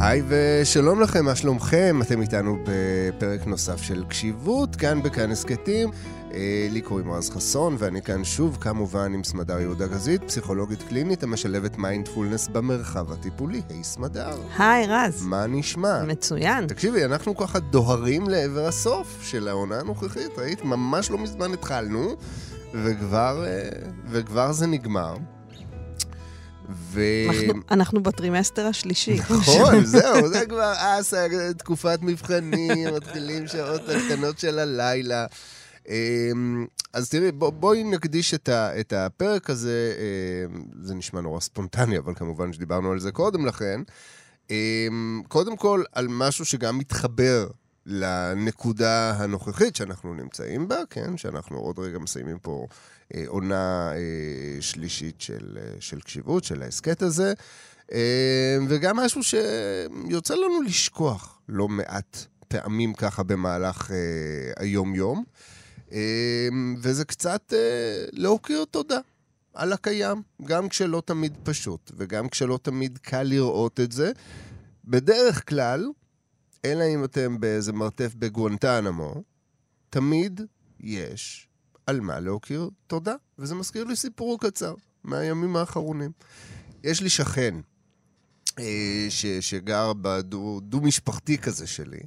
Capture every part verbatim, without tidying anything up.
היי ושלום לכם, מה שלומכם? אתם איתנו בפרק נוסף של קשיבות, כאן בכאן הסקטים. לי קוראים רז חסון, ואני כאן שוב כמובן עם סמדר יהודה גזית, פסיכולוגית קלינית המשלבת מיינדפולנס במרחב הטיפולי. היי סמדר. היי רז. מה נשמע? מצוין. תקשיבי, אנחנו ככה דוהרים לעבר הסוף של העונה הנוכחית, ראית? ממש לא מזמן התחלנו, וכבר, וכבר זה נגמר. ו... אנחנו, אנחנו בטרימסטר השלישי. נכון, זהו, זה כבר אז, תקופת מבחנים, מתחילים שעות הקטנות של הלילה. אז תראי, בוא, בואי נקדיש את, ה, את הפרק הזה, זה נשמע נורא ספונטני, אבל כמובן שדיברנו על זה קודם לכן. קודם כל, על משהו שגם מתחבר לנקודה הנוכחית שאנחנו נמצאים בה, כן? שאנחנו עוד רגע מסיימים פה אה, עונה אה, שלישית של, אה, של קשיבות, של ההסקט הזה, אה, וגם משהו שיוצא לנו לשכוח לא מעט פעמים ככה במהלך אה, היום-יום, אה, וזה קצת אה, להוקיר תודה על הקיים, גם כשלא תמיד פשוט, וגם כשלא תמיד קל לראות את זה. בדרך כלל, אלא אם אתם באיזה מרתף בגואנטנמו, תמיד יש על מה להוקיר תודה. וזה מזכיר לי סיפור קצר מהימים האחרונים. יש לי שכן ש, שגר בדו משפחתי כזה שלי,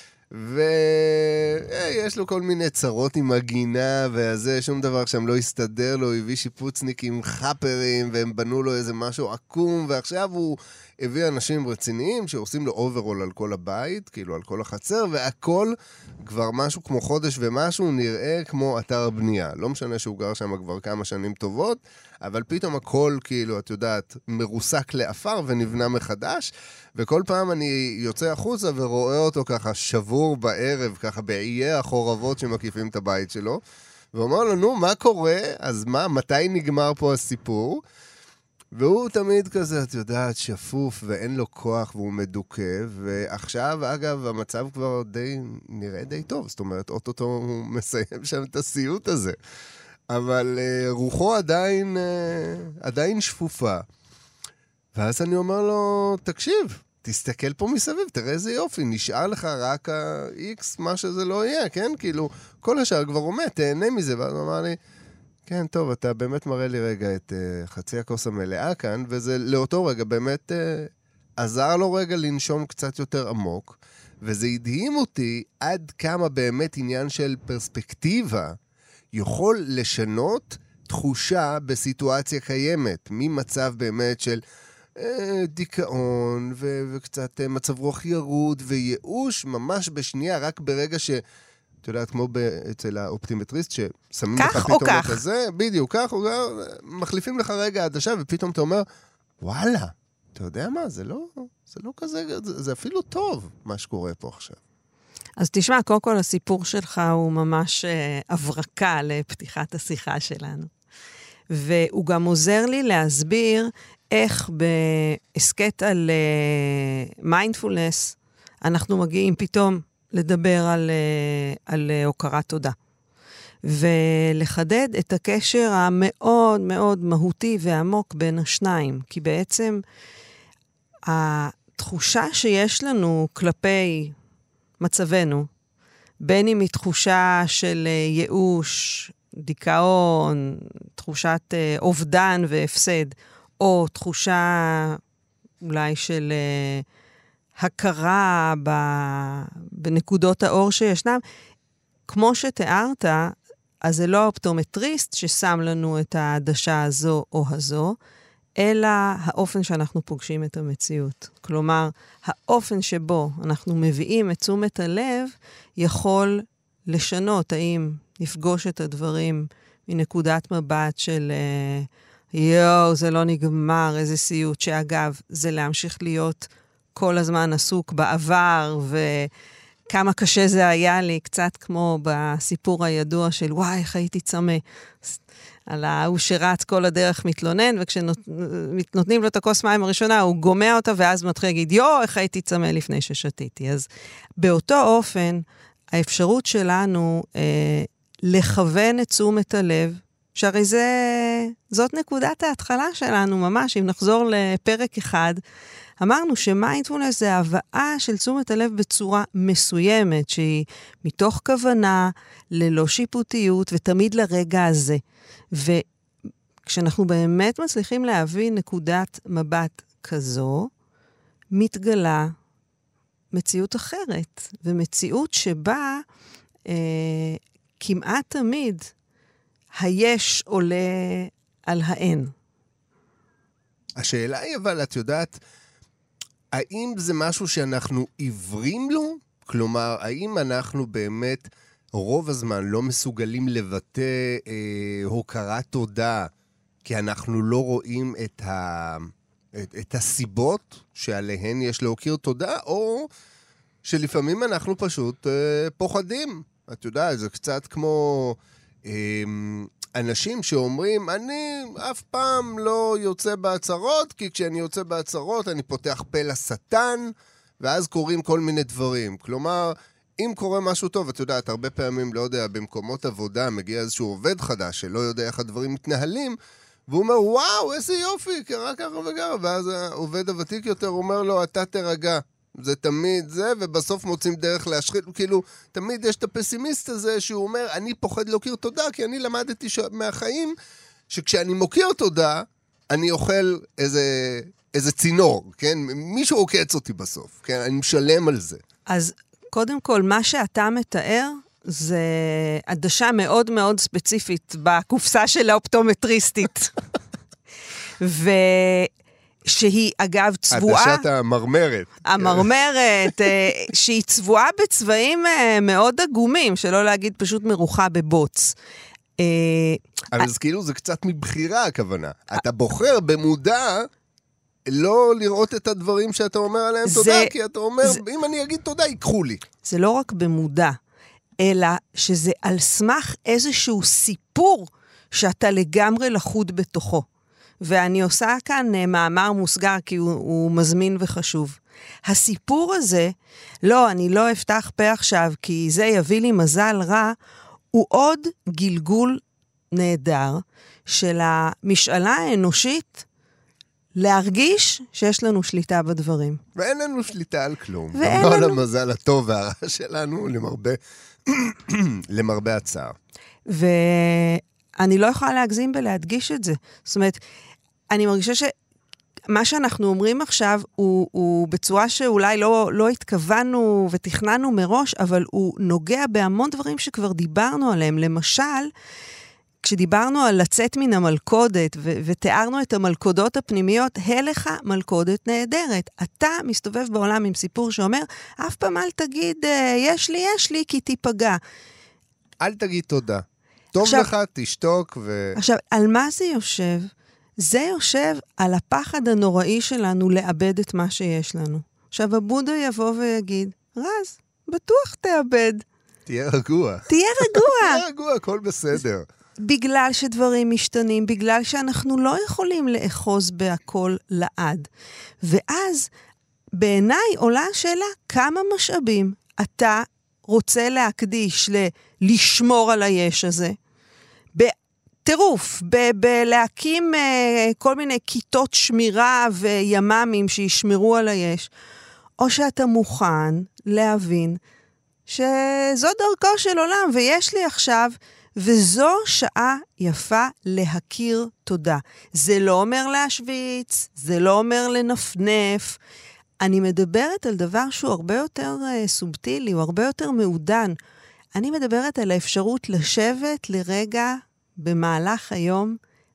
ויש לו כל מיני צרות עם הגינה, וזה שום דבר שם לא הסתדר לו, הביא שיפוצניק עם חפרים, והם בנו לו איזה משהו עקום, ועכשיו הוא הביא אנשים רציניים שעושים לו אוברול על כל הבית, כאילו על כל החצר, והכל כבר משהו כמו חודש ומשהו נראה כמו אתר בנייה. לא משנה שהוא גר שם כבר כמה שנים טובות, אבל פתאום הכל כאילו, את יודעת, מרוסק לאפר ונבנה מחדש, וכל פעם אני יוצא החוצה ורואה אותו ככה שבור בערב, ככה בעיי החורבות שמקיפים את הבית שלו, ואומר לו, נו, מה קורה? אז מה, מתי נגמר פה הסיפור? והוא תמיד כזה, את יודעת, שפוף ואין לו כוח והוא מדוכא, ועכשיו, אגב, המצב כבר די, נראה די טוב, זאת אומרת, אוטוטו הוא מסיים שם את הסיוט הזה. אבל uh, רוחו עדיין, uh, עדיין שפופה. ואז אני אומר לו, תקשיב, תסתכל פה מסביב, תראה איזה יופי, נשאר לך רק ה-X, מה שזה לא יהיה, כן? כאילו, כל השאר כבר עומד, תהנה מזה, ואז הוא אמר לי, כן, טוב, אתה באמת מראה לי רגע את uh, חצי הכוס המלאה כאן, וזה לאותו רגע באמת uh, עזר לו רגע לנשום קצת יותר עמוק, וזה הדהים אותי עד כמה באמת עניין של פרספקטיבה יכול לשנות תחושה בסיטואציה קיימת, ממצב באמת של אה, דיכאון ו- וקצת אה, מצב רוח ירוד וייאוש, ממש בשנייה, רק ברגע ש... אתה יודעת, כמו אצל האופטימטריסט, ששמים לך פתאום את הזה, בדיוק, כך, מחליפים לך רגע עדשה, ופתאום אתה אומר, וואלה, אתה יודע מה, זה לא, זה לא כזה, זה, זה אפילו טוב, מה שקורה פה עכשיו. אז תשמע, קודם כל הסיפור שלך הוא ממש הברקה לפתיחת השיחה שלנו. והוא גם עוזר לי להסביר איך בהסקט על מיינדפולנס, אנחנו מגיעים פתאום לדבר על, על הוקרת תודה. ולחדד את הקשר המאוד מאוד מהותי ועמוק בין השניים. כי בעצם התחושה שיש לנו כלפי מצבנו, בין אם היא תחושה של ייאוש, דיכאון, תחושת אובדן והפסד, או תחושה אולי של הכרה בנקודות האור שישנם, כמו שתיארת, אז זה לא האופטומטריסט ששם לנו את העדשה הזו או הזו, אלא האופן שאנחנו פוגשים את המציאות. כלומר, האופן שבו אנחנו מביאים את תשומת הלב, יכול לשנות האם נפגוש את הדברים מנקודת מבט של יואו, זה לא נגמר, איזה סיוט, שאגב, זה להמשיך להיות כל הזמן עסוק בעבר, וכמה קשה זה היה לי, קצת כמו בסיפור הידוע של וואי, איך הייתי צמא. על ההוא שרץ כל הדרך מתלונן, וכשנותנים לו את הכוס מים הראשונה, הוא גומע אותה, ואז מתחיל להגיד, יו, איך הייתי צמא לפני ששתיתי. אז באותו אופן, האפשרות שלנו אה, לכוון את תשומת הלב, שהרי זה, זאת נקודת ההתחלה שלנו ממש, אם נחזור לפרק אחד, אמרנו שמיינדפולנס זה הבאה של תשומת הלב בצורה מסוימת, שהיא מתוך כוונה, ללא שיפוטיות, ותמיד לרגע הזה. וכשאנחנו באמת מצליחים להבין נקודת מבט כזו, מתגלה מציאות אחרת, ומציאות שבה אה, כמעט תמיד היש עולה על האין. השאלה היא, אבל את יודעת, האם זה משהו שאנחנו עיוורים לו? כלומר, האם אנחנו באמת רוב הזמן לא מסוגלים לבטא אה, הוקרת תודה, כי אנחנו לא רואים את, ה, את, את הסיבות שעליהן יש להוקיר תודה, או שלפעמים אנחנו פשוט אה, פוחדים. את יודעת, זה קצת כמו אה, אנשים שאומרים, אני אף פעם לא יוצא בהצהרות, כי כשאני יוצא בהצהרות אני פותח פה לשטן, ואז קוראים כל מיני דברים. כלומר, אם קורה משהו טוב, את יודעת, הרבה פעמים, לא יודע, במקומות עבודה מגיע איזשהו עובד חדש, שלא יודע איך הדברים מתנהלים, והוא אומר, וואו, איזה יופי, קרה ככה וככה, ואז העובד הוותיק יותר אומר לו, אתה תרגע. זה תמיד זה, ובסוף מוצאים דרך להשחית, כאילו, תמיד יש את הפסימיסט הזה שהוא אומר, אני פוחד להוקיר תודה, כי אני למדתי ש... מהחיים, שכשאני מוקיר תודה, אני אוכל איזה, איזה צינור, כן? מישהו עוקץ אותי בסוף, כן? אני משלם על זה. אז קודם כל, מה שאתה מתאר, זה עדשה מאוד מאוד ספציפית בקופסה של האופטומטריסטית. ו... שהיא אגב צבועה... עדשת המרמרת. המרמרת, שהיא צבועה בצבעים מאוד עגומים, שלא להגיד פשוט מרוחה בבוץ. אבל זה כאילו זה קצת מבחירה הכוונה. אתה בוחר במודע לא לראות את הדברים שאתה אומר עליהם תודה, כי אתה אומר, אם אני אגיד תודה, ייקחו לי. זה לא רק במודע, אלא שזה על סמך איזשהו סיפור שאתה לגמרי לחוד בתוכו. ואני עושה כאן מאמר מוסגר, כי הוא, הוא מזמין וחשוב. הסיפור הזה, לא, אני לא אפתח פה עכשיו, כי זה יביא לי מזל רע, הוא עוד גלגול נהדר של המשאלה האנושית להרגיש שיש לנו שליטה בדברים. ואין לנו שליטה על כלום. גם לא על המזל הטוב והרע שלנו, למרבה, למרבה הצער. ואני לא יכולה להגזים בלהדגיש את זה. זאת אומרת, אני מרגישה שמה שאנחנו אומרים עכשיו הוא, הוא בצורה שאולי לא, לא התכוונו ותכננו מראש, אבל הוא נוגע בהמון דברים שכבר דיברנו עליהם. למשל, כשדיברנו על לצאת מן המלכודת ו- ותיארנו את המלכודות הפנימיות, הלך מלכודת נהדרת. אתה מסתובב בעולם עם סיפור שאומר, אף פעם אל תגיד, יש לי, יש לי, כי תיפגע. אל תגיד תודה. טוב עכשיו, לך, תשתוק ו... עכשיו, על מה זה יושב? זה יושב על הפחד הנוראי שלנו לאבד את מה שיש לנו. עכשיו, הבודה יבוא ויגיד, רז, בטוח תאבד. תהיה רגוע. תהיה רגוע. תהיה רגוע, הכל בסדר. בגלל שדברים משתנים, בגלל שאנחנו לא יכולים לאחוז בהכל לעד. ואז, בעיניי עולה השאלה, כמה משאבים אתה רוצה להקדיש ל- לשמור על היש הזה? בטירוף, ב- בלהקים uh, כל מיני כיתות שמירה ויממים שישמרו על היש, או שאתה מוכן להבין שזו דרכו של עולם, ויש לי עכשיו, וזו שעה יפה להכיר תודה. זה לא אומר להשוויץ, זה לא אומר לנפנף, אני מדברת על דבר שהוא הרבה יותר uh, סובטילי, הוא הרבה יותר מעודן. אני מדברת על האפשרות לשבת לרגע במהלך היום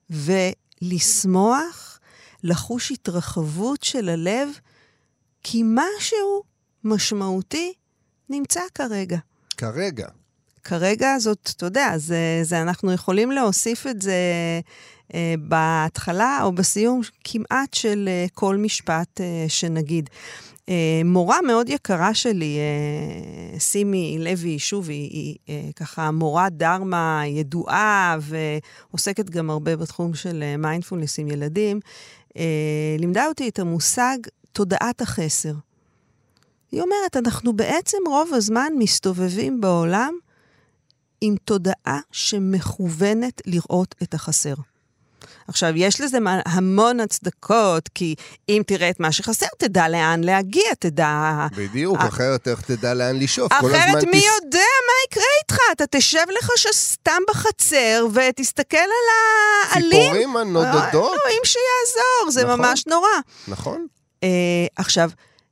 ולשמוח, לחוש התרחבות של הלב, כי משהו משמעותי נמצא כרגע. כרגע. כרגע זאת, אתה יודע, זה, זה אנחנו יכולים להוסיף את זה אה, בהתחלה או בסיום כמעט של אה, כל משפט אה, שנגיד. אה, מורה מאוד יקרה שלי, אה, סימי לוי שובי, היא אה, ככה מורה דרמה ידועה ועוסקת גם הרבה בתחום של אה, מיינדפולנס עם ילדים, אה, לימדה אותי את המושג תודעת החסר. היא אומרת, אנחנו בעצם רוב הזמן מסתובבים בעולם עם תודעה שמכוונת לראות את החסר. עכשיו, יש לזה המון הצדקות, כי אם תראה את מה שחסר, תדע לאן להגיע, תדע... בדיוק, 아... אחרת איך תדע לאן לשאוף. אחרת מי תס... יודע מה יקרה איתך? אתה תשב לך שסתם בחצר, ותסתכל על העלים. ציפורים הנודדות. אלוהים שיעזור, זה נכון, ממש נורא. נכון. Uh, עכשיו,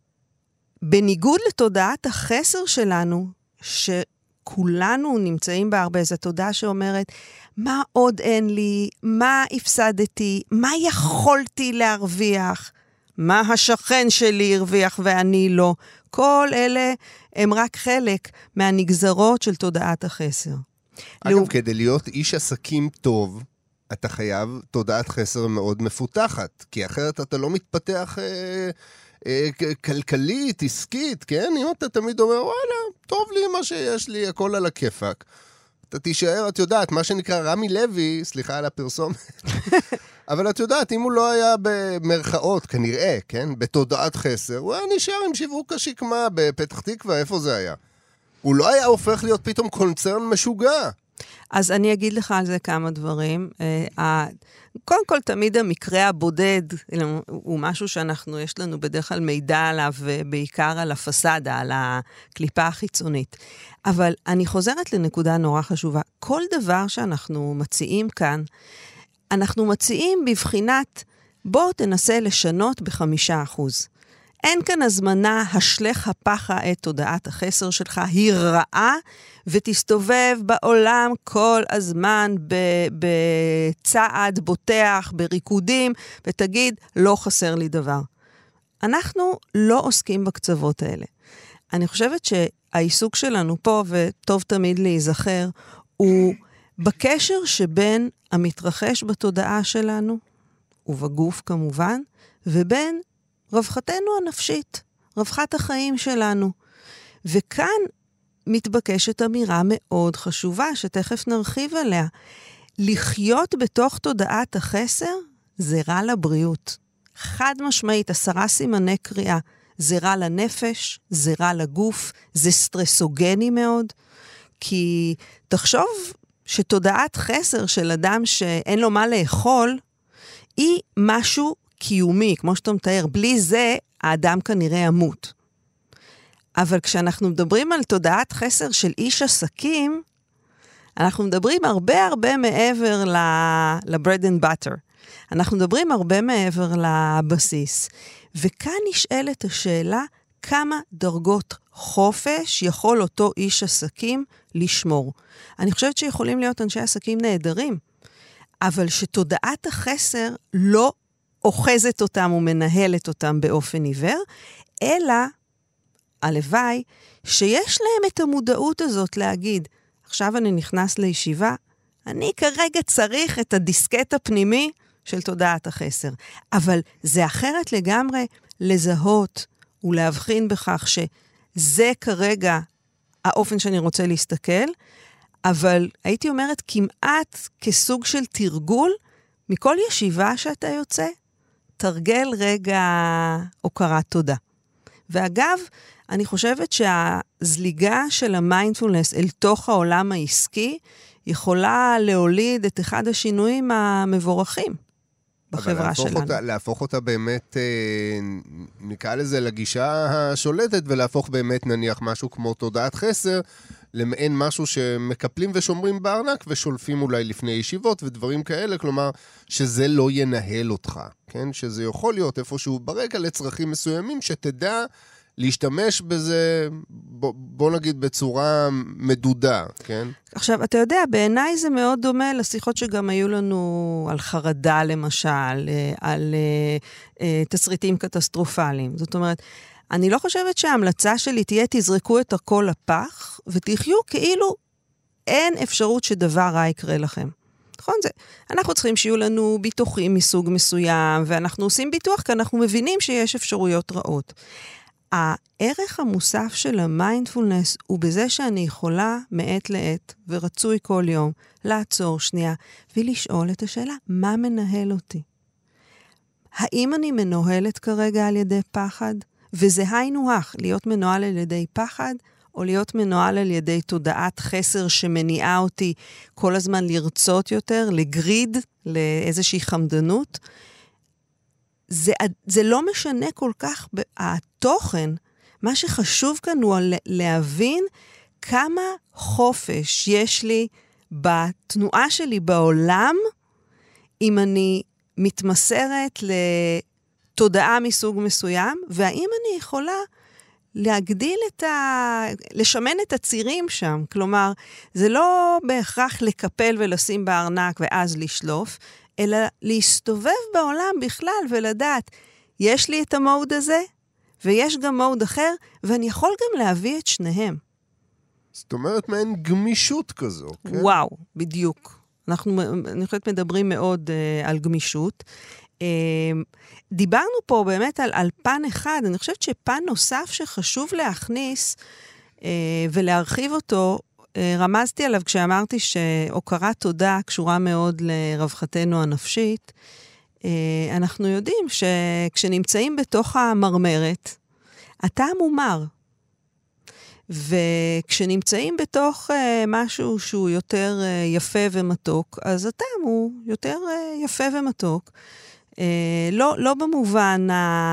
בניגוד לתודעת החסר שלנו, שכולנו נמצאים בה הרבה, זו תודעה שאומרת, מה עוד אין לי, מה הפסדתי, מה יכולתי להרוויח, מה השכן שלי הרוויח ואני לא. כל אלה הם רק חלק מהנגזרות של תודעת החסר. אגב, לא... כדי להיות איש עסקים טוב, אתה חייב תודעת חסר מאוד מפותחת, כי אחרת אתה לא מתפתח אה, אה, כלכלית, עסקית, כן? אם אתה תמיד אומר, וואלה, טוב לי מה שיש לי, הכל על הכיפק. אתה תישאר, את יודעת, מה שנקרא רמי לוי, סליחה על הפרסום, אבל את יודעת, אם הוא לא היה במרכאות, כנראה, כן? בתודעת חסר, הוא היה נשאר עם שיווק השקמה בפתח תקווה, איפה זה היה? הוא לא היה הופך להיות פתאום קונצרן משוגע. אז אני אגיד לך על זה כמה דברים. קודם כל, תמיד המקרה הבודד הוא משהו שאנחנו, יש לנו בדרך כלל מידע עליו, בעיקר על הפסדה, על הקליפה החיצונית. אבל אני חוזרת לנקודה נורא חשובה. כל דבר שאנחנו מציעים כאן, אנחנו מציעים בבחינת, בוא תנסה לשנות בחמישה אחוז. אין כאן הזמנה, השלך הפחה את תודעת החסר שלך, היא רעה, ותסתובב בעולם כל הזמן בצעד, בוטח, בריקודים, ותגיד, לא חסר לי דבר. אנחנו לא עוסקים בקצוות האלה. אני חושבת שהעיסוק שלנו פה, וטוב תמיד להיזכר, הוא בקשר שבין המתרחש בתודעה שלנו, ובגוף כמובן, ובין רווחתנו הנפשית, רווחת החיים שלנו. וכאן מתבקשת אמירה מאוד חשובה, שתכף נרחיב עליה. לחיות בתוך תודעת החסר, זה רע לבריאות. חד משמעית, עשרה סימני קריאה. זה רע לנפש, זה רע לגוף, זה סטרסוגני מאוד. כי תחשוב שתודעת חסר של אדם שאין לו מה לאכול, היא משהו קיומי, כמו שאתה מתאר. בלי זה, האדם כנראה ימות. אבל כשאנחנו מדברים על תודעת חסר של איש עסקים, אנחנו מדברים הרבה הרבה מעבר ל-bread and butter. אנחנו מדברים הרבה מעבר לבסיס. וכאן נשאלת השאלה, כמה דרגות חופש יכול אותו איש עסקים לשמור. אני חושבת שיכולים להיות אנשי עסקים נהדרים, אבל שתודעת החסר לא אוחזת אותם ומנהלת אותם באופן עיוור, אלא, הלוואי, שיש להם את המודעות הזאת להגיד, עכשיו אני נכנס לישיבה, אני כרגע צריך את הדיסקט הפנימי של תודעת החסר. אבל זה אחרת לגמרי לזהות ולהבחין בכך שזה כרגע האופן שאני רוצה להסתכל, אבל הייתי אומרת כמעט כסוג של תרגול, מכל ישיבה שאתה יוצא, תרגל רגע הוקרת תודה. ואגב, אני חושבת שהזליגה של המיינדפולנס אל תוך העולם העסקי, יכולה להוליד את אחד השינויים המבורכים בחברה שלנו. אותה, להפוך אותה באמת, נקרא לזה לגישה השולטת, ולהפוך באמת נניח משהו כמו תודעת חסר, למעין משהו שמקפלים ושומרים בארנק, ושולפים אולי לפני ישיבות ודברים כאלה, כלומר שזה לא ינהל אותך, כן? שזה יכול להיות איפשהו ברקע לצרכים מסוימים, שתדע להשתמש בזה, בוא, בוא נגיד, בצורה מדודה, כן? עכשיו, אתה יודע, בעיניי זה מאוד דומה לשיחות שגם היו לנו על חרדה, למשל, על uh, uh, תסריטים קטסטרופליים. זאת אומרת, אני לא חושבת שההמלצה שלי תהיה, תזרקו את הכל לפח, ותחיו כאילו אין אפשרות שדבר רע יקרה לכם. נכון? זה, אנחנו צריכים שיהיו לנו ביטוחים מסוג מסוים, ואנחנו עושים ביטוח כי אנחנו מבינים שיש אפשרויות רעות. הערך המוסף של המיינדפולנס הוא בזה שאני יכולה מעת לעת ורצוי כל יום לעצור שנייה ולשאול את השאלה, מה מנהל אותי? האם אני מנוהלת כרגע על ידי פחד? וזה היינו הך, להיות מנוהל על ידי פחד, או להיות מנוהל על ידי תודעת חסר שמניעה אותי כל הזמן לרצות יותר, לגריד, לאיזושהי חמדנות. זה, זה לא משנה כל כך התוכן. מה שחשוב כאן הוא להבין כמה חופש יש לי בתנועה שלי בעולם, אם אני מתמסרת לתודעה מסוג מסוים, והאם אני יכולה להגדיל את ה... לשמן את הצירים שם. כלומר, זה לא בהכרח לקפל ולשים בארנק ואז לשלוף, אלא להסתובב בעולם בכלל ולדעת, יש לי את המוד הזה, ויש גם מוד אחר, ואני יכול גם להביא את שניהם. זאת אומרת, מעין גמישות כזו, כן? וואו, בדיוק. אנחנו, אני חושבת, מדברים מאוד uh, על גמישות. Uh, דיברנו פה באמת על, על פן אחד, אני חושבת שפן נוסף שחשוב להכניס uh, ולהרחיב אותו, uh, רמזתי עליו כשאמרתי שהוקרת תודה קשורה מאוד לרווחתנו הנפשית. Uh, אנחנו יודעים שכשנמצאים בתוך המרמרת, הטעם הוא מר. וכשנמצאים בתוך uh, משהו שהוא יותר uh, יפה ומתוק, אז הטעם הוא יותר uh, יפה ומתוק. Uh, לא, לא במובן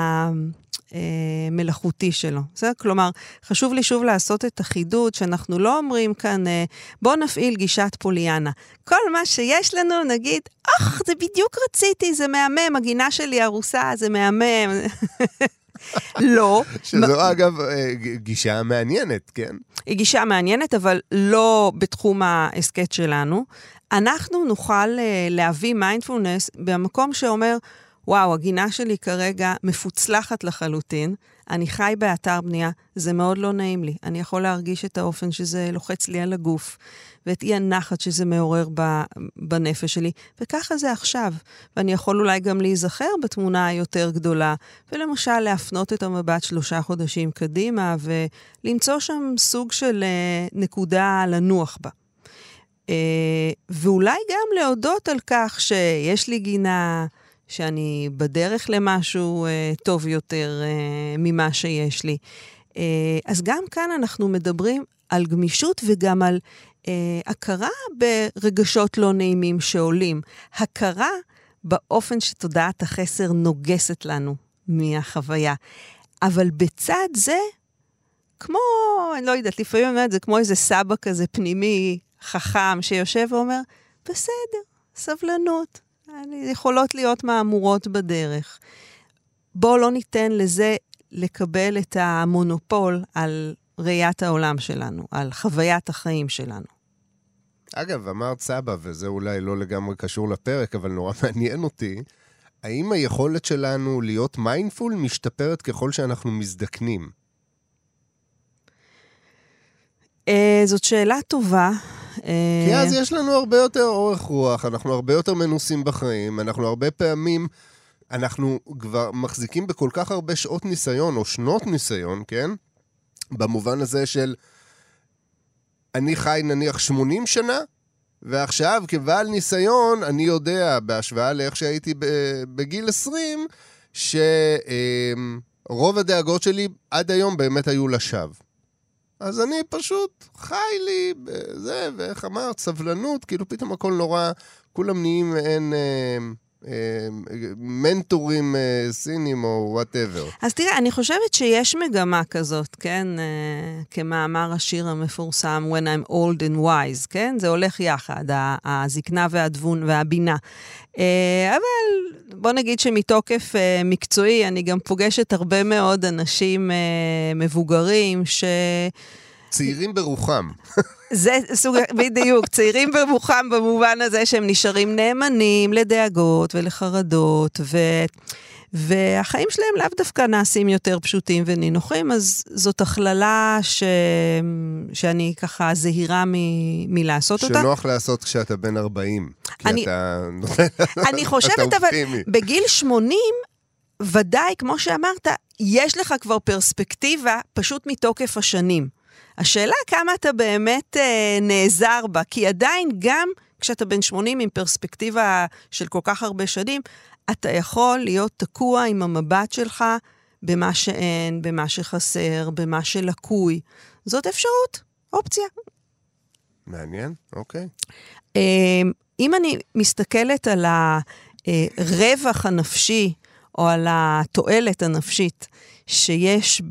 המלאכותי uh, שלו. זה, כלומר, חשוב לי שוב לעשות את החידוד, שאנחנו לא אומרים כאן, uh, בוא נפעיל גישת פוליאנה. כל מה שיש לנו, נגיד, אך, זה בדיוק רציתי, זה מהמם, הגינה שלי הרוסה, זה מהמם. לא. שזו אגב גישה מעניינת, כן? היא גישה מעניינת, אבל לא בתחום העסקת שלנו. אנחנו נוכל להביא מיינדפולנס במקום שאומר, וואו, הגינה שלי כרגע מפוצלחת לחלוטין, אני חי באתר בנייה, זה מאוד לא נעים לי. אני יכול להרגיש את האופן שזה לוחץ לי על הגוף, ואת אי הנחת שזה מעורר בנפש שלי, וככה זה עכשיו. ואני יכול אולי גם להיזכר בתמונה היותר גדולה, ולמשל להפנות את המבט שלושה חודשים קדימה, ולמצוא שם סוג של נקודה לנוח בה. ואולי גם להודות על כך שיש לי גינה, שאני בדרך למשהו טוב יותר ממה שיש לי. אז גם כאן אנחנו מדברים על גמישות וגם על אה, הכרה ברגשות לא נעימים שעולים. הכרה באופן שתודעת החסר נוגסת לנו מהחוויה. אבל בצד זה, כמו, אני לא יודעת, לפעמים אני אומרת, זה כמו איזה סבא כזה פנימי, חכם, שיושב ואומר, בסדר, סבלנות, יכולות להיות מאמורות בדרך. בואו לא ניתן לזה לקבל את המונופול על ראיית העולם שלנו, על חוויית החיים שלנו. אגב, אמרת סבא, וזה אולי לא לגמרי קשור לפרק, אבל נורא מעניין אותי, האם היכולת שלנו להיות מיינדפול משתפרת ככל שאנחנו מזדקנים? אה, זאת שאלה טובה. כי אז יש לנו הרבה יותר אורך רוח, אנחנו הרבה יותר מנוסים בחיים, אנחנו הרבה פעמים, אנחנו כבר מחזיקים בכל כך הרבה שעות ניסיון, או שנות ניסיון, כן? במובן הזה של, אני חי נניח שמונים שנה, ועכשיו כבעל ניסיון, אני יודע, בהשוואה לאיך שהייתי בגיל עשרים, שרוב הדאגות שלי עד היום באמת היו לשווא. אז אני פשוט חי לי בזה, ואיך אמרת, סבלנות, כאילו פתאום הכל נורא, כולם נהיים אין אה, אה, מנטורים אה, סינים או whatever. אז תראה, אני חושבת שיש מגמה כזאת, כן? אה, כמאמר השיר המפורסם, When I'm old and wise, כן? זה הולך יחד, הזקנה והדבון והבינה. אה, אבל בוא נגיד שמתוקף אה, מקצועי, אני גם פוגשת הרבה מאוד אנשים אה, מבוגרים ש... צעירים ברוחם. זה סוג, בדיוק, צעירים ברוחם במובן הזה שהם נשארים נאמנים לדאגות ולחרדות, ו, והחיים שלהם לאו דווקא נעשים יותר פשוטים ונינוחים, אז זאת הכללה ש, שאני ככה זהירה מ, מלעשות אותה. שנוח לעשות כשאתה בן ארבעים, כי אני, אתה... אני חושבת, אבל בגיל שמונים, ודאי, כמו שאמרת, יש לך כבר פרספקטיבה פשוט מתוקף השנים. השאלה כמה אתה באמת אה, נעזר בה, כי עדיין גם כשאתה בן שמונים עם פרספקטיבה של כל כך הרבה שנים, אתה יכול להיות תקוע עם המבט שלך במה שאין, במה שחסר, במה שלקוי. זאת אפשרות, אופציה. מעניין, אוקיי. אם אני מסתכלת על הרווח הנפשי, או על התועלת הנפשית, שיש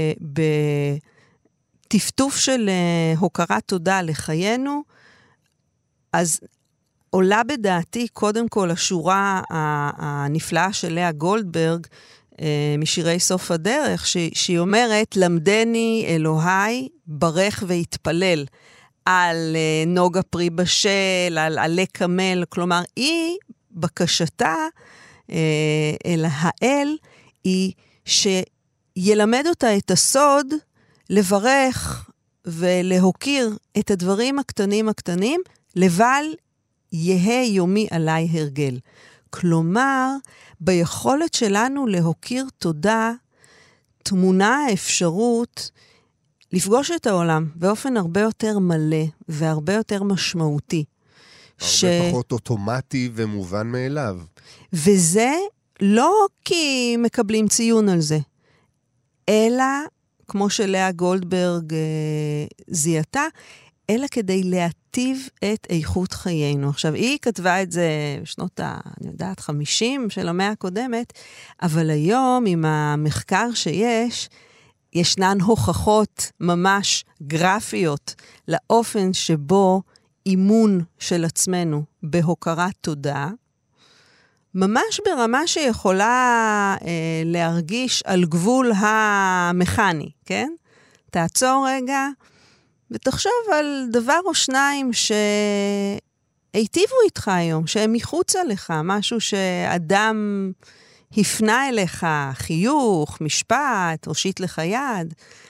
בטפטוף של הוקרת תודה לחיינו, אז עולה בדעתי קודם כל השורה הנפלאה של לאה גולדברג, משירי סוף הדרך, שהיא אומרת, למדני אלוהי ברך והתפלל, על נוגה פרי בשל, על עלי קמל, כלומר, היא בקשתה אל האל, היא שילמד אותה את הסוד, לברך ולהוקיר את הדברים הקטנים הקטנים, לבל יהה יומי עליי הרגל. כלומר, ביכולת שלנו להוקיר תודה, תמונה האפשרות לפגוש את העולם באופן הרבה יותר מלא והרבה יותר משמעותי. הרבה ש... פחות אוטומטי ומובן מאליו. וזה לא כי מקבלים ציון על זה, אלא, כמו שלאה גולדברג אה, זיהתה, אלא כדי להטיב את איכות חיינו. עכשיו, היא כתבה את זה בשנות ה... אני יודעת, חמישים של המאה הקודמת, אבל היום, עם המחקר שיש, ישנן הוכחות ממש גרפיות לאופן שבו אימון של עצמנו בהוקרת תודה, ממש ברמה שיכולה אה, להרגיש על גבול המכני, כן? תעצור רגע ותחשוב על דבר או שניים שהיטיבו איתך היום, שהם מחוץ עליך, משהו שאדם הפנה אליך, חיוך, משפט, הושיט לך יד.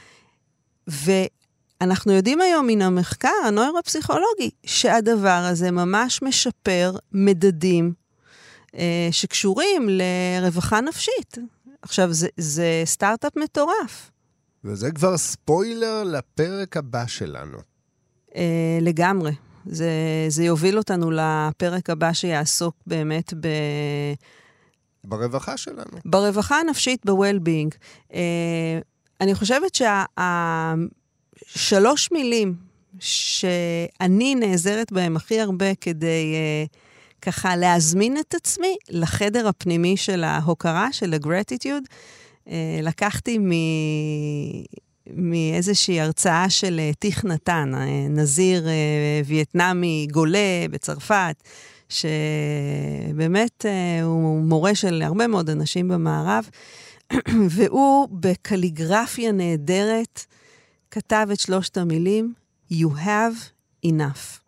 ואנחנו יודעים היום מן המחקר הנוירופסיכולוגי, שהדבר הזה ממש משפר מדדים אה, שקשורים לרווחה נפשית. עכשיו, זה, זה סטארט-אפ מטורף. וזה כבר ספוילר לפרק הבא שלנו. אה, לגמרי. זה, זה יוביל אותנו לפרק הבא שיעסוק באמת ב... ברווחה שלנו. ברווחה הנפשית, ב-well-being. אה, אני חושבת שהשלוש מילים שאני נעזרת בהם הכי הרבה כדי אה, ככה להזמין את עצמי לחדר הפנימי של ההוקרה, של ה-gratitude, אה, לקחתי מ... מאיזושהי הרצאה של תיך נתן, נזיר וייטנאמי גולה בצרפת, שבאמת הוא מורה של הרבה מאוד אנשים במערב, והוא בקליגרפיה נהדרת כתב את שלושת המילים, You have enough.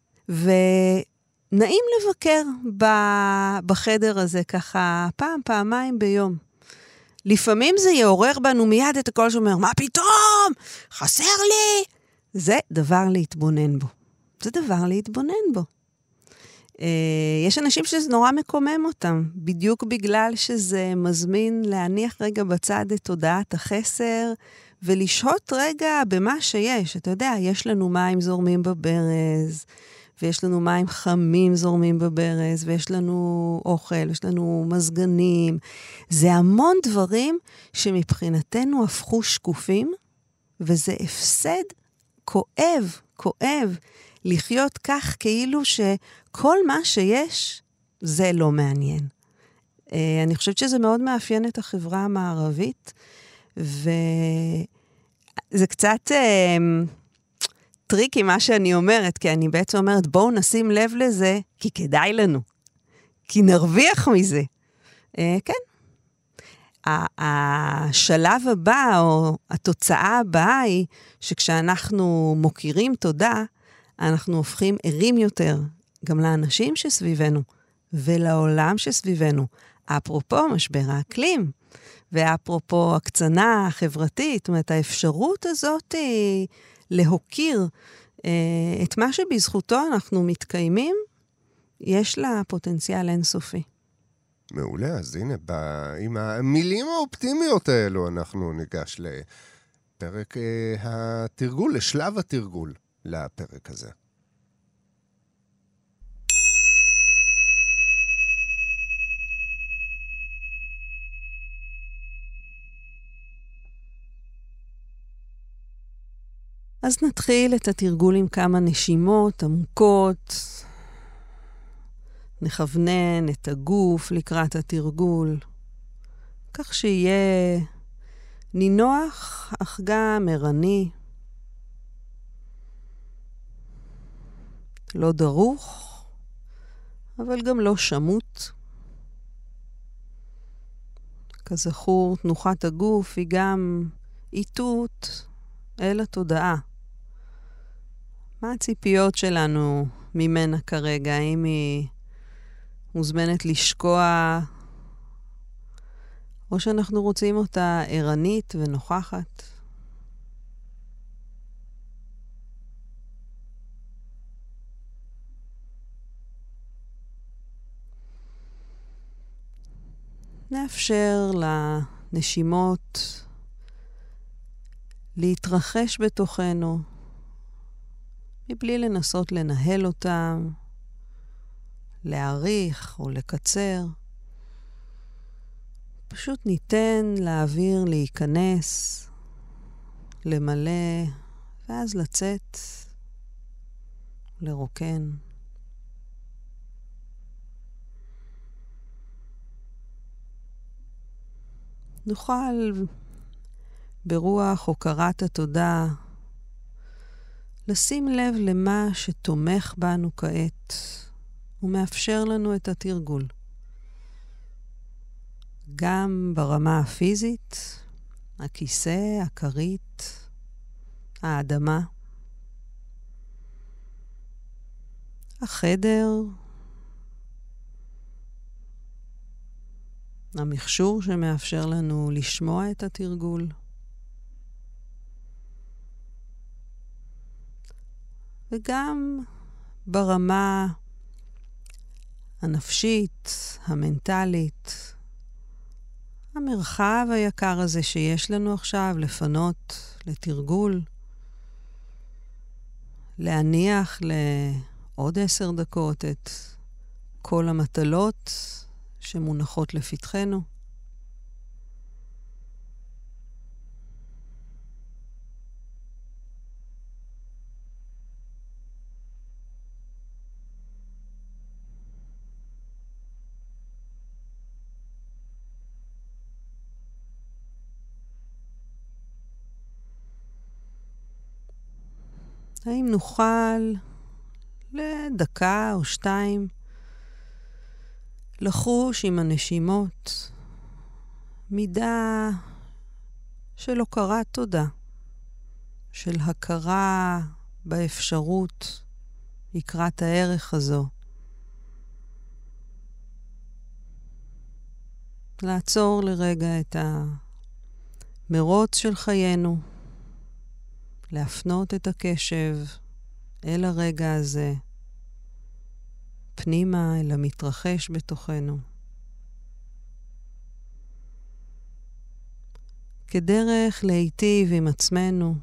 ונעים לבקר בחדר הזה ככה פעם, פעמיים ביום. לפעמים זה יעורר בנו מיד את הכל שאומר, מה פתאום? חסר לי! זה דבר להתבונן בו. זה דבר להתבונן בו. יש אנשים שזה נורא מקומם אותם, בדיוק בגלל שזה מזמין להניח רגע בצד את תודעת החסר, ולשהות רגע במה שיש. אתה יודע, יש לנו מים זורמים בברז, ויש לנו מים חמים זורמים בברז, ויש לנו אוכל, יש לנו מזגנים. זה המון דברים שמבחינתנו הפכו שקופים, וזה הפסד כואב, כואב, לחיות כך כאילו שכל מה שיש, זה לא מעניין. אני חושבת שזה מאוד מאפיין את החברה המערבית, וזה קצת טריקי מה שאני אומרת, כי אני בעצם אומרת, בואו נשים לב לזה, כי כדאי לנו, כי נרוויח מזה. כן. השלב הבא, או התוצאה הבאה היא, שכשאנחנו מוקירים תודה, אנחנו הופכים ערים יותר, גם לאנשים שסביבנו, ולעולם שסביבנו. אפרופו משבר האקלים, ואפרופו הקצנה החברתית, זאת אומרת, האפשרות הזאת היא להוקיר אה, את מה שבזכותו אנחנו מתקיימים, יש לה פוטנציאל אינסופי. מעולה, אז הנה, ב... עם המילים האופטימיות האלו, אנחנו ניגש לפרק אה, התרגול, לשלב התרגול לפרק הזה. אז נתחיל את התרגול עם כמה נשימות עמוקות. נכוונן את הגוף לקראת התרגול, כך שיהיה נינוח, אך גם ערני. לא דרוך, אבל גם לא שמות. כזכור, תנוחת הגוף היא גם איתות אל התודעה. מה הציפיות שלנו ממנה כרגע? האם היא מוזמנת לשקוע, או שאנחנו רוצים אותה ערנית ונוכחת? נאפשר לנשימות להתרחש בתוכנו, מבלי לנסות לנהל אותם, להאריך או לקצר. פשוט ניתן לאוויר להיכנס, למלא, ואז לצאת, לרוקן. נוכל ברוח הוקרת התודה לשים לב למה שתומך בנו כעת ומאפשר לנו את התרגול. גם ברמה הפיזית, הכיסא, הכרית, האדמה, החדר, המכשור שמאפשר לנו לשמוע את התרגול. וגם ברמה הנפשית, המנטלית, המרחב היקר הזה שיש לנו עכשיו לפנות לתרגול, להניח לעוד עשר דקות את כל המטלות שמונחות לפתחנו. האם נוכל לדקה או שתיים לחוש עם הנשימות מידה של הוקרת תודה, של הכרה באפשרות לקראת הערך הזו. לעצור לרגע את המרוץ של חיינו, להפנות את הקשב אל הרגע הזה, פנימה אל המתרחש בתוכנו. כדרך להיטיב עם עצמנו,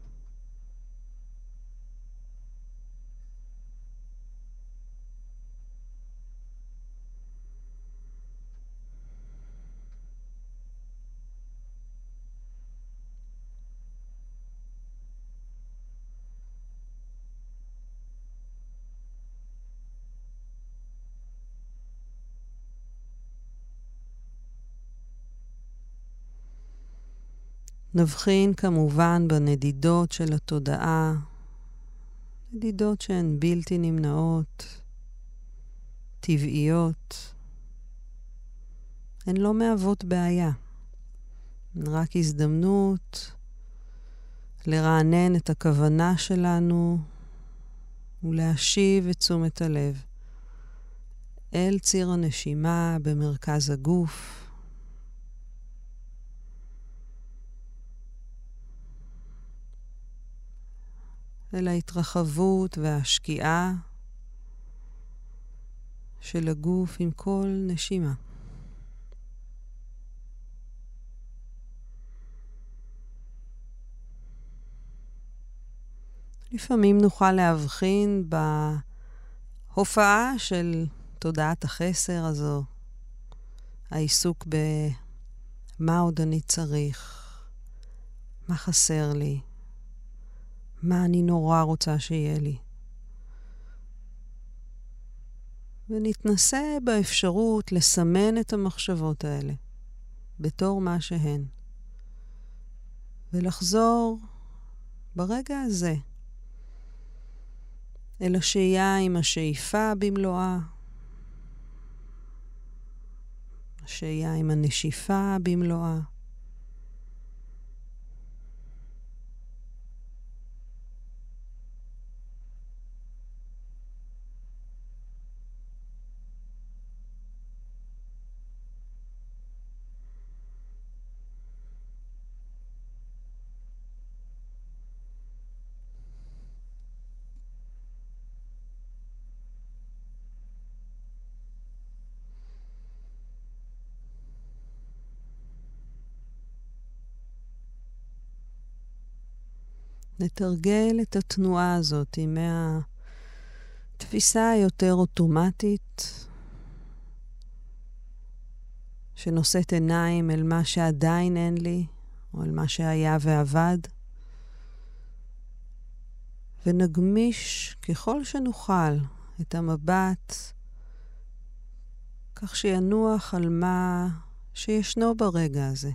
נבחין כמובן בנדידות של התודעה, נדידות שהן בלתי נמנעות, טבעיות. הן לא מהוות בעיה, הן רק הזדמנות לרענן את הכוונה שלנו ולהשיב את תשומת הלב אל ציר הנשימה במרכז הגוף. אל ההתרחבות והשקיעה של הגוף עם כל נשימה. לפעמים נוכל להבחין בהופעה של תודעת החסר הזו, העיסוק במה עוד אני צריך, מה חסר לי, מה אני נורא רוצה שיהיה לי. ונתנסה באפשרות לסמן את המחשבות האלה בתור מה שהן. ולחזור ברגע הזה אל השהייה עם השאיפה במלואה, השהייה עם הנשיפה במלואה. נתרגל את התנועה הזאת עם התפיסה היותר אוטומטית, שנושאת עיניים אל מה שעדיין אין לי, או אל מה שהיה ועבד, ונגמיש ככל שנוכל את המבט, כך שינוח על מה שישנו ברגע הזה.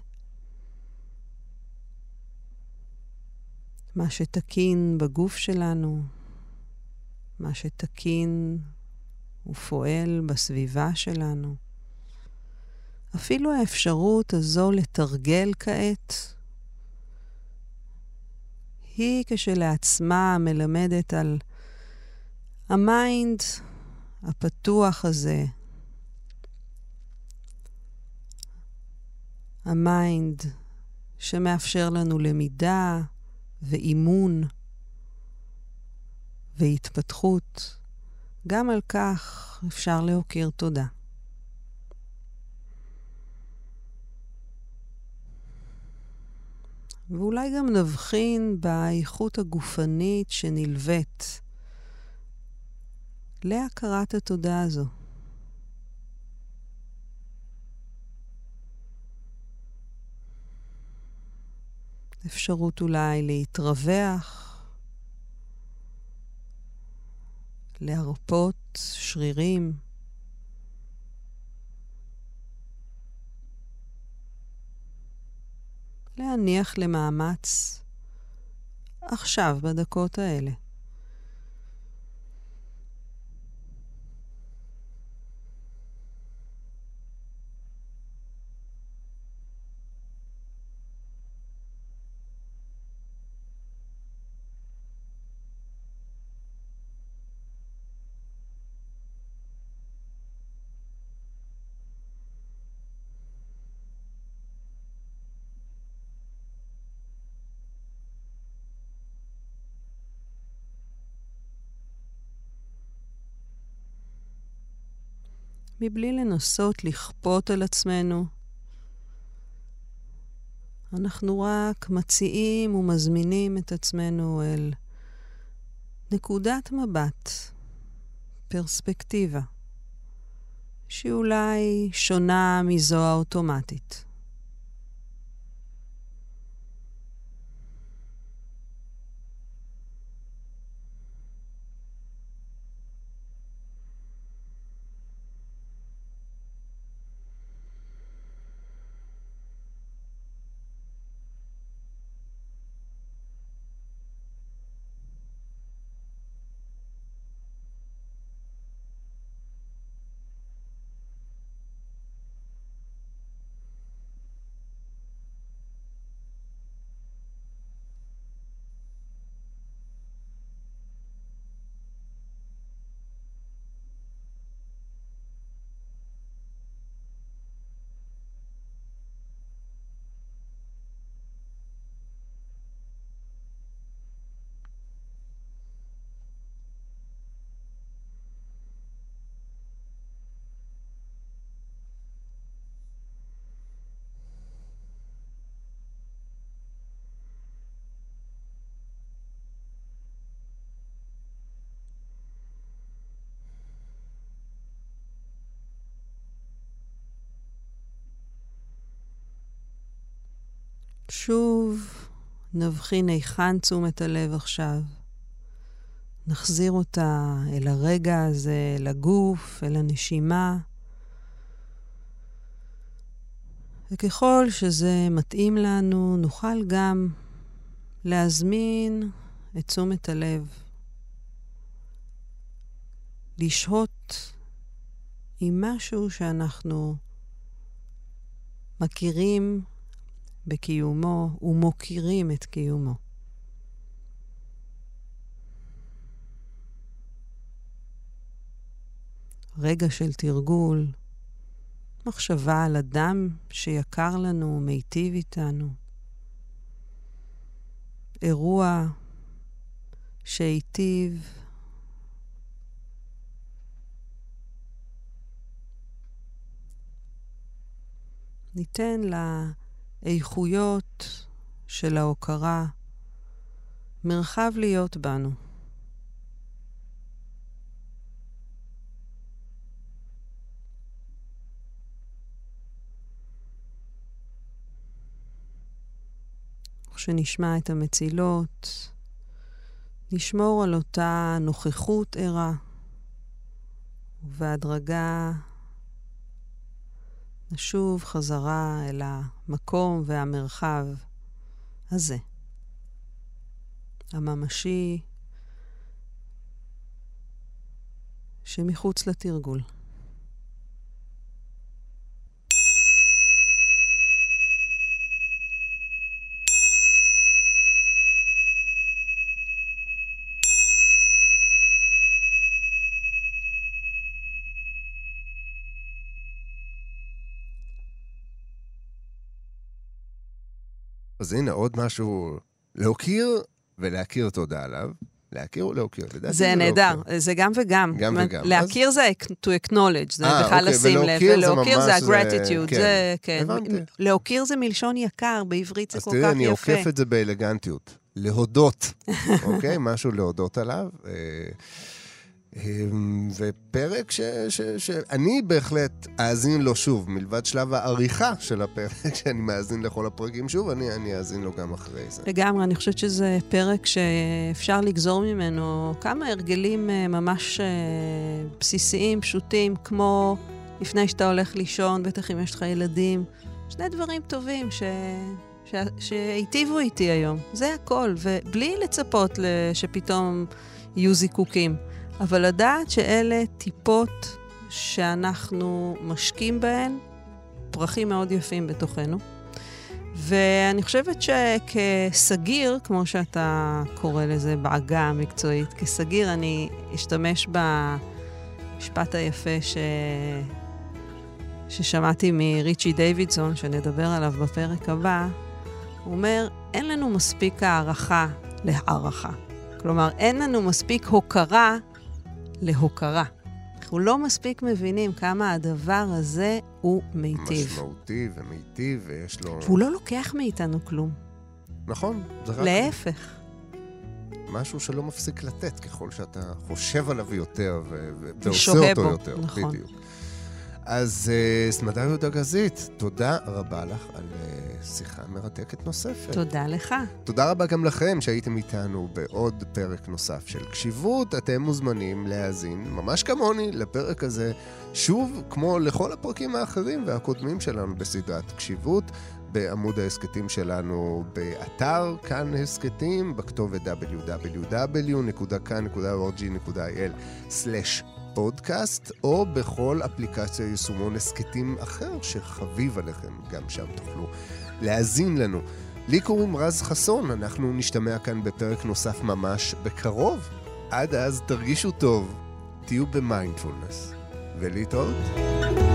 מה שתקין בגוף שלנו, מה שתקין ופועל בסביבה שלנו. אפילו האפשרות הזו לתרגל כעת, היא כשלעצמה מלמדת על המיינד הפתוח הזה, המיינד שמאפשר לנו למידה ואימון והתפתחות. גם על כך אפשר להוקיר תודה. ואולי גם נבחין באיכות הגופנית שנלווית להכרת התודה הזו. אפשרות אולי להתרווח, להרפות שרירים, להניח למאמץ עכשיו בדקות האלה. מבלי לנסות לכפות על עצמנו, אנחנו רק מציעים ומזמינים את עצמנו אל נקודת מבט, פרספקטיבה, שאולי שונה מזו האוטומטית. שוב נבחין היכן תשומת הלב עכשיו. נחזיר אותה אל הרגע הזה, אל הגוף, אל הנשימה. וככל שזה מתאים לנו, נוכל גם להזמין את תשומת הלב. לשהות עם משהו שאנחנו מכירים בקיומו ומוכירים את קיומו. רגע של תרגול, מחשבה על אדם שיקר לנו, מיטיב איתנו. אירוע שהיטיב. ניתן לאיכויות של ההוקרה מרחב להיות בנו. כשנשמע את המצילות, נשמור על אותה נוכחות ערה, ובהדרגה נשוב חזרה אל המקום והמרחב הזה, הממשי, שמחוץ לתרגול. אז הנה עוד משהו, להוקיר ולהכיר תודה עליו. להכיר ולהוקיר. זה נהדר, זה גם וגם. גם וגם. להכיר זה to acknowledge, זה בכלל לשים לב. ולהוקיר זה ה-gratitude. להוקיר זה מלשון יקר, בעברית זה כל כך יפה. אז תראי, אני עוקף את זה באלגנטיות. להודות, אוקיי? משהו להודות עליו. ופרק שאני בהחלט אאזין לו שוב, מלבד שלב העריכה של הפרק, שאני מאזין לכל הפרקים שוב, אני, אני אאזין לו גם אחרי זה. לגמרי, אני חושבת שזה פרק שאפשר לגזור ממנו כמה הרגלים ממש בסיסיים, פשוטים, כמו לפני שאתה הולך לישון, בטח אם יש לך ילדים, שני דברים טובים ש... ש... שהיטיבו איתי היום. זה הכל, ובלי לצפות שפתאום יהיו זיקוקים. אבל לדעת שאלה טיפות שאנחנו משקים בהן, פרחים מאוד יפים בתוכנו. ואני חושבת שכסגיר, כמו שאתה קורא לזה בעגה המקצועית, כסגיר אני אשתמש במשפט היפה ש... ששמעתי מריצ'י דיווידסון, שנדבר עליו בפרק הבא. הוא אומר, אין לנו מספיק הערכה להערכה. כלומר, אין לנו מספיק הוקרה להוקרה. אנחנו לא מספיק מבינים כמה הדבר הזה הוא מיטיב. משמעותי ומיטיב, ויש לו... והוא לא לוקח מאיתנו כלום. נכון. להפך. משהו שלא מפסיק לתת, ככל שאתה חושב עליו יותר, ועושה אותו יותר. נכון. בדיוק. אז סמדר יהודה גזית, תודה רבה לך על שיחה מרתקת נוספת. תודה לך. תודה רבה גם לכם שהייתם איתנו בעוד פרק נוסף של קשיבות. אתם מוזמנים להאזין, ממש כמוני, לפרק הזה, שוב כמו לכל הפרקים האחרים והקודמים שלנו בסדרת קשיבות, בעמוד העסקתים שלנו באתר כאן הסקטים, בכתובת דאבליו דאבליו דאבליו נקודה כאן נקודה אור ג'י נקודה איי אל סלש פודקאסט, או בכל אפליקציה יישומון הסקטים אחר שחביב עליכם, גם שם תוכלו להאזין לנו. לי קוראים רז חסון, אנחנו נשתמע כאן בפרק נוסף ממש בקרוב. עד אז תרגישו טוב, תהיו במיינדפולנס, ולהתראות.